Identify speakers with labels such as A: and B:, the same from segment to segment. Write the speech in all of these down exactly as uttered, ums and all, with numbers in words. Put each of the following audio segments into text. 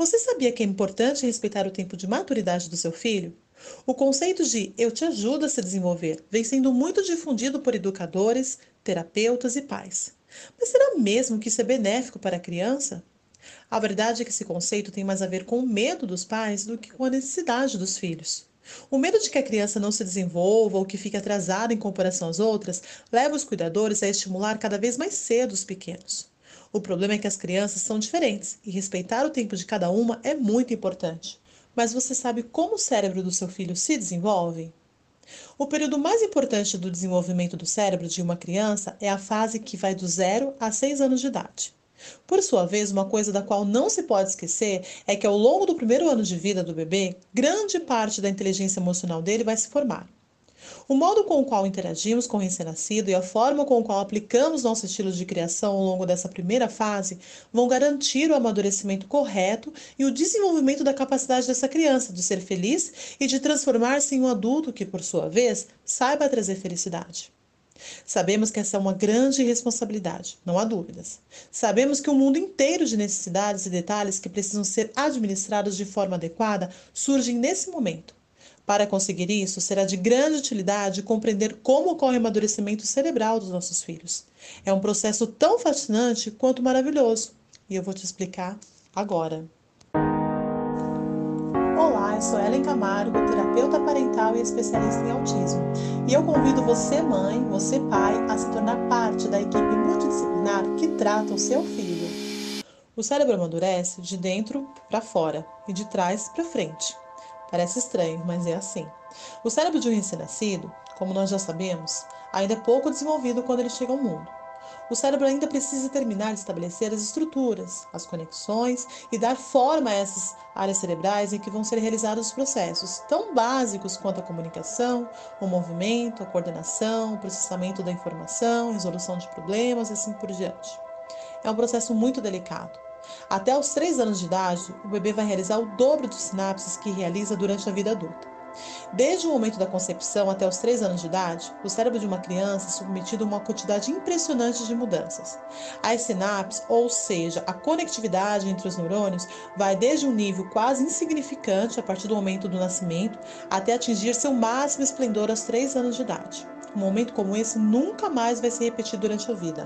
A: Você sabia que é importante respeitar o tempo de maturidade do seu filho? O conceito de eu te ajudo a se desenvolver vem sendo muito difundido por educadores, terapeutas e pais. Mas será mesmo que isso é benéfico para a criança? A verdade é que esse conceito tem mais a ver com o medo dos pais do que com a necessidade dos filhos. O medo de que a criança não se desenvolva ou que fique atrasada em comparação às outras leva os cuidadores a estimular cada vez mais cedo os pequenos. O problema é que as crianças são diferentes e respeitar o tempo de cada uma é muito importante. Mas você sabe como o cérebro do seu filho se desenvolve? O período mais importante do desenvolvimento do cérebro de uma criança é a fase que vai do zero a seis anos de idade. Por sua vez, uma coisa da qual não se pode esquecer é que ao longo do primeiro ano de vida do bebê, grande parte da inteligência emocional dele vai se formar. O modo com o qual interagimos com o recém-nascido e a forma com a qual aplicamos nosso estilo de criação ao longo dessa primeira fase vão garantir o amadurecimento correto e o desenvolvimento da capacidade dessa criança de ser feliz e de transformar-se em um adulto que, por sua vez, saiba trazer felicidade. Sabemos que essa é uma grande responsabilidade, não há dúvidas. Sabemos que um mundo inteiro de necessidades e detalhes que precisam ser administrados de forma adequada surgem nesse momento. Para conseguir isso, será de grande utilidade compreender como ocorre o amadurecimento cerebral dos nossos filhos. É um processo tão fascinante quanto maravilhoso, e eu vou te explicar agora. Olá, eu sou Ellen Camargo, terapeuta parental e especialista em autismo. E eu convido você, mãe, você, pai, a se tornar parte da equipe multidisciplinar que trata o seu filho. O cérebro amadurece de dentro para fora e de trás para frente. Parece estranho, mas é assim. O cérebro de um recém-nascido, como nós já sabemos, ainda é pouco desenvolvido quando ele chega ao mundo. O cérebro ainda precisa terminar de estabelecer as estruturas, as conexões e dar forma a essas áreas cerebrais em que vão ser realizados os processos tão básicos quanto a comunicação, o movimento, a coordenação, o processamento da informação, resolução de problemas e assim por diante. É um processo muito delicado. Até os três anos de idade, o bebê vai realizar o dobro dos sinapses que realiza durante a vida adulta. Desde o momento da concepção até os três anos de idade, o cérebro de uma criança é submetido a uma quantidade impressionante de mudanças. As sinapses, ou seja, a conectividade entre os neurônios, vai desde um nível quase insignificante a partir do momento do nascimento até atingir seu máximo esplendor aos três anos de idade. Um momento como esse nunca mais vai se repetir durante a vida.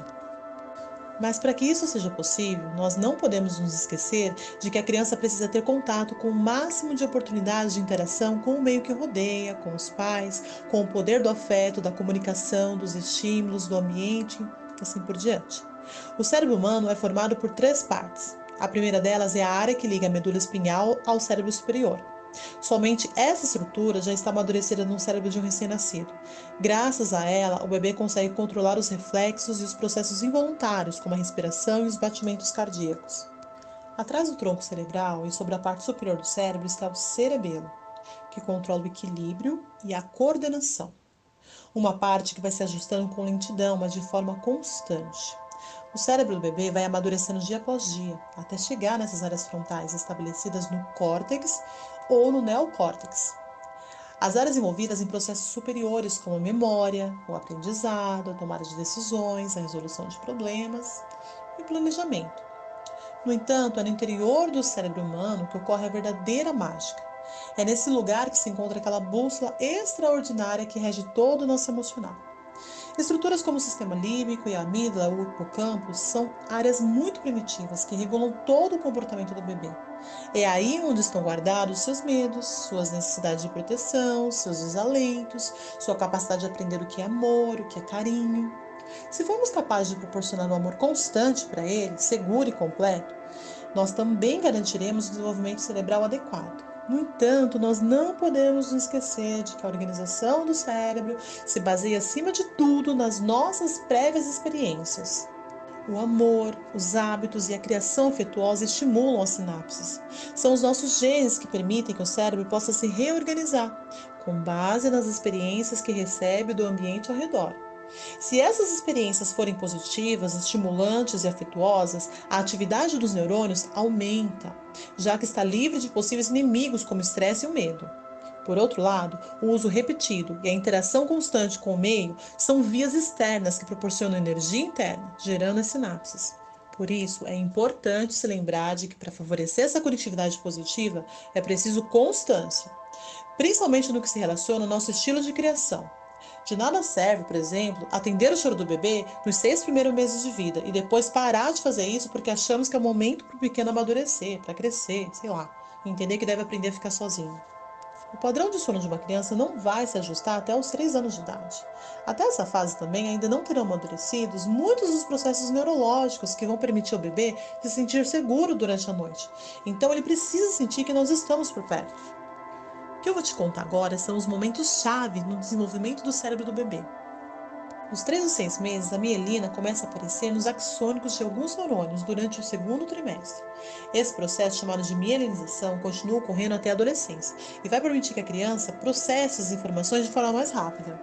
A: Mas para que isso seja possível, nós não podemos nos esquecer de que a criança precisa ter contato com o máximo de oportunidades de interação com o meio que rodeia, com os pais, com o poder do afeto, da comunicação, dos estímulos, do ambiente, e assim por diante. O cérebro humano é formado por três partes. A primeira delas é a área que liga a medula espinhal ao cérebro superior. Somente essa estrutura já está amadurecida no cérebro de um recém-nascido. Graças a ela, o bebê consegue controlar os reflexos e os processos involuntários, como a respiração e os batimentos cardíacos. Atrás do tronco cerebral e sobre a parte superior do cérebro está o cerebelo, que controla o equilíbrio e a coordenação. Uma parte que vai se ajustando com lentidão, mas de forma constante. O cérebro do bebê vai amadurecendo dia após dia, até chegar nessas áreas frontais estabelecidas no córtex ou no neocórtex. As áreas envolvidas em processos superiores, como a memória, o aprendizado, a tomada de decisões, a resolução de problemas e o planejamento. No entanto, é no interior do cérebro humano que ocorre a verdadeira mágica. É nesse lugar que se encontra aquela bússola extraordinária que rege todo o nosso emocional. Estruturas como o sistema límbico e a amígdala ou o hipocampo são áreas muito primitivas que regulam todo o comportamento do bebê. É aí onde estão guardados seus medos, suas necessidades de proteção, seus desalentos, sua capacidade de aprender o que é amor, o que é carinho. Se formos capazes de proporcionar um amor constante para ele, seguro e completo, nós também garantiremos o desenvolvimento cerebral adequado. No entanto, nós não podemos nos esquecer de que a organização do cérebro se baseia, acima de tudo, nas nossas prévias experiências. O amor, os hábitos e a criação afetuosa estimulam as sinapses. São os nossos genes que permitem que o cérebro possa se reorganizar, com base nas experiências que recebe do ambiente ao redor. Se essas experiências forem positivas, estimulantes e afetuosas, a atividade dos neurônios aumenta, já que está livre de possíveis inimigos como o estresse e o medo. Por outro lado, o uso repetido e a interação constante com o meio são vias externas que proporcionam energia interna, gerando as sinapses. Por isso, é importante se lembrar de que para favorecer essa conectividade positiva é preciso constância, principalmente no que se relaciona ao nosso estilo de criação. De nada serve, por exemplo, atender o choro do bebê nos seis primeiros meses de vida e depois parar de fazer isso porque achamos que é o momento para o pequeno amadurecer, para crescer, sei lá, e entender que deve aprender a ficar sozinho. O padrão de sono de uma criança não vai se ajustar até os três anos de idade. Até essa fase também ainda não terão amadurecidos muitos dos processos neurológicos que vão permitir ao bebê se sentir seguro durante a noite. Então ele precisa sentir que nós estamos por perto. O que eu vou te contar agora são os momentos-chave no desenvolvimento do cérebro do bebê. Nos três ou seis meses, a mielina começa a aparecer nos axônicos de alguns neurônios durante o segundo trimestre. Esse processo, chamado de mielinização, continua ocorrendo até a adolescência e vai permitir que a criança processe as informações de forma mais rápida.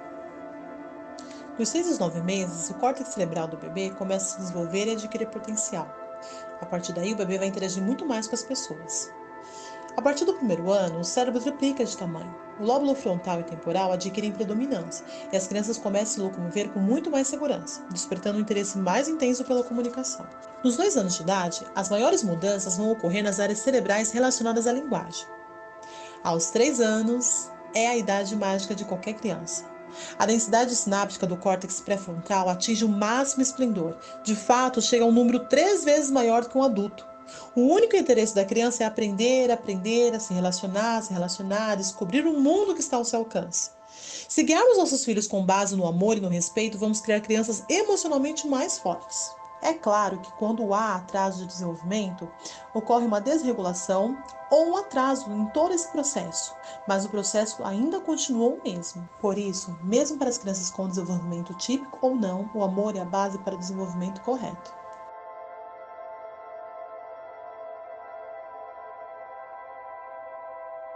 A: Nos seis aos nove meses, o córtex cerebral do bebê começa a se desenvolver e adquirir potencial. A partir daí, o bebê vai interagir muito mais com as pessoas. A partir do primeiro ano, o cérebro triplica de tamanho. O lóbulo frontal e temporal adquirem predominância e as crianças começam a se locomover com muito mais segurança, despertando um interesse mais intenso pela comunicação. Nos dois anos de idade, as maiores mudanças vão ocorrer nas áreas cerebrais relacionadas à linguagem. Aos três anos, é a idade mágica de qualquer criança. A densidade sináptica do córtex pré-frontal atinge o máximo esplendor. De fato, chega a um número três vezes maior do que um adulto. O único interesse da criança é aprender, aprender, a se relacionar, se relacionar, descobrir o mundo que está ao seu alcance. Se guiarmos nossos filhos com base no amor e no respeito, vamos criar crianças emocionalmente mais fortes. É claro que quando há atraso de desenvolvimento, ocorre uma desregulação ou um atraso em todo esse processo, mas o processo ainda continua o mesmo. Por isso, mesmo para as crianças com desenvolvimento típico ou não, o amor é a base para o desenvolvimento correto.